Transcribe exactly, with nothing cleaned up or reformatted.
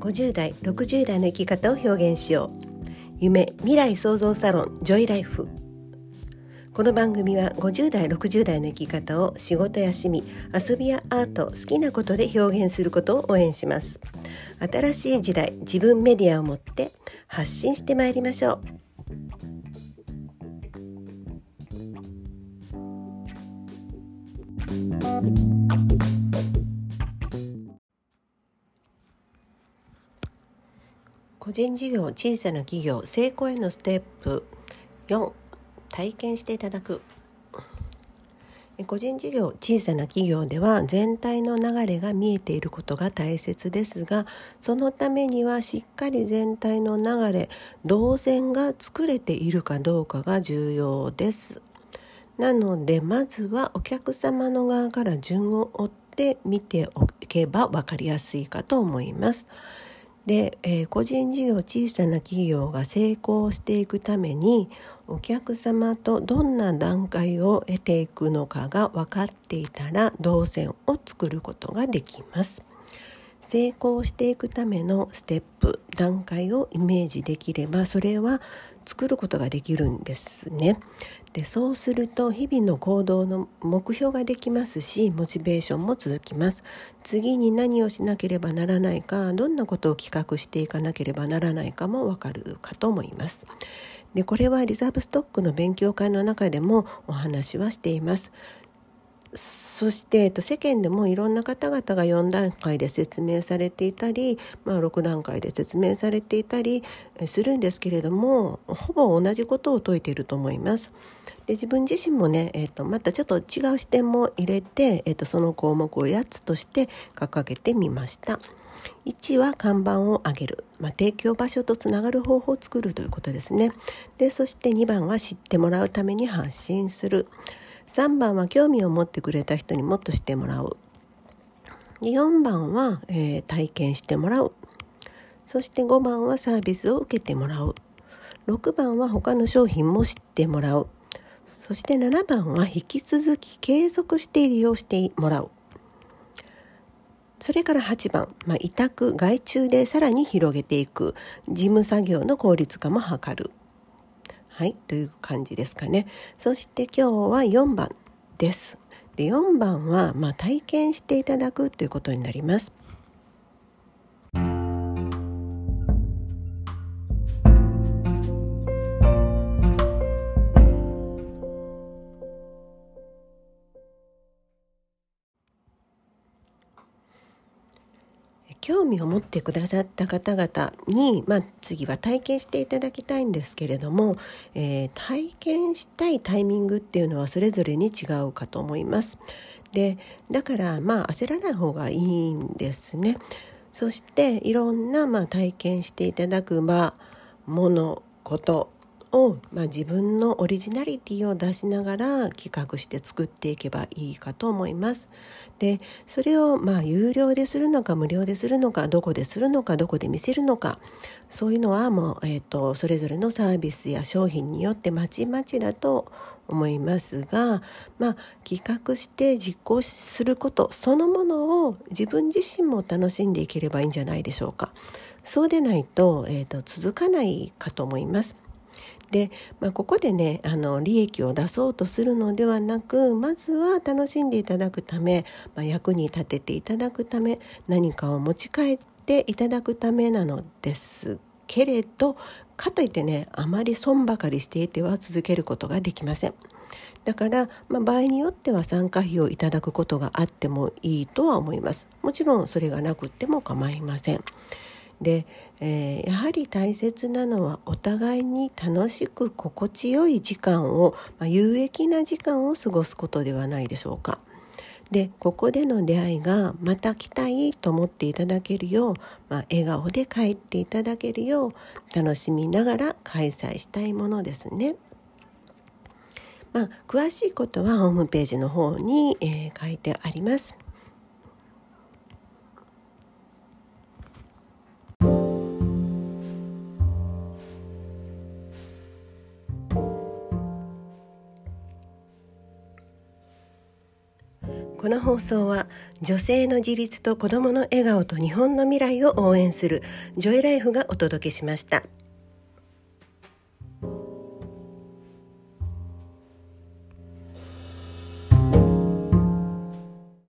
ごじゅう代、ろくじゅう代の生き方を表現しよう。夢、未来創造サロンジョイライフ。この番組はごじゅう代、ろくじゅう代の生き方を仕事や趣味、遊びやアート、好きなことで表現することを応援します。新しい時代、自分メディアを持って発信してまいりましょう。個人事業、小さな企業、成功へのステップよん、体験していただく。個人事業、小さな企業では全体の流れが見えていることが大切ですが、そのためにはしっかり全体の流れ、動線が作れているかどうかが重要です。なのでまずはお客様の側から順を追って見ておけば分かりやすいかと思います。で、えー、個人事業、小さな企業が成功していくためにお客様とどんな段階を得ていくのかが分かっていたら動線を作ることができます。成功していくためのステップ、段階をイメージできればそれは作ることができるんですね。で、そうすると日々の行動の目標ができますし、モチベーションも続きます。次に何をしなければならないか、どんなことを企画していかなければならないかもわかるかと思います。で、これはリザーブストックの勉強会の中でもお話はしています。そして、えっと、世間でもいろんな方々がよん段階で説明されていたり、まあ、ろく段階で説明されていたりするんですけれども、ほぼ同じことを説いていると思います。で、自分自身もね、えっと、またちょっと違う視点も入れて、えっと、その項目をやつとして掲げてみました。いちは看板を上げる、まあ、提供場所とつながる方法を作るということですね。で、そしてにばんは知ってもらうために発信する。さんばんは興味を持ってくれた人にもっと知ってもらう。よんばんは、えー、体験してもらう。そしてごばんはサービスを受けてもらう。ろくばんは他の商品も知ってもらう。そしてななばんは引き続き継続して利用してもらう。それからはちばん、まあ、委託外注でさらに広げていく。事務作業の効率化も図る。はい、という感じですかね。そして今日はよんばんです。で、よんばんは、まあ、体験していただくということになります。興味を持ってくださった方々に、まあ、次は体験していただきたいんですけれども、えー、体験したいタイミングっていうのはそれぞれに違うかと思います。で、だからまあ焦らない方がいいんですね。そしていろんなまあ体験していただく場、もの、ことを、まあ、自分のオリジナリティを出しながら企画して作っていけばいいかと思います。で、それをまあ有料でするのか無料でするのか、どこでするのか、どこで見せるのか、そういうのはもう、えーと、それぞれのサービスや商品によってまちまちだと思いますが、まあ、企画して実行することそのものを自分自身も楽しんでいければいいんじゃないでしょうか。そうでないと、えーと、続かないかと思います。で、まあ、ここでね、あの利益を出そうとするのではなく、まずは楽しんでいただくため、まあ、役に立てていただくため、何かを持ち帰っていただくためなのですけれど、かといってね、あまり損ばかりしていては続けることができません。だから、まあ、場合によっては参加費をいただくことがあってもいいとは思います。もちろんそれがなくっても構いません。で、えー、やはり大切なのはお互いに楽しく心地よい時間を、まあ、有益な時間を過ごすことではないでしょうか。で、ここでの出会いがまた来たいと思っていただけるよう、まあ、笑顔で帰っていただけるよう楽しみながら開催したいものですね。まあ、詳しいことはホームページの方に、えー、書いてあります。 この放送は女性の自立と子どもの笑顔と日本の未来を応援するジョイライフがお届けしました。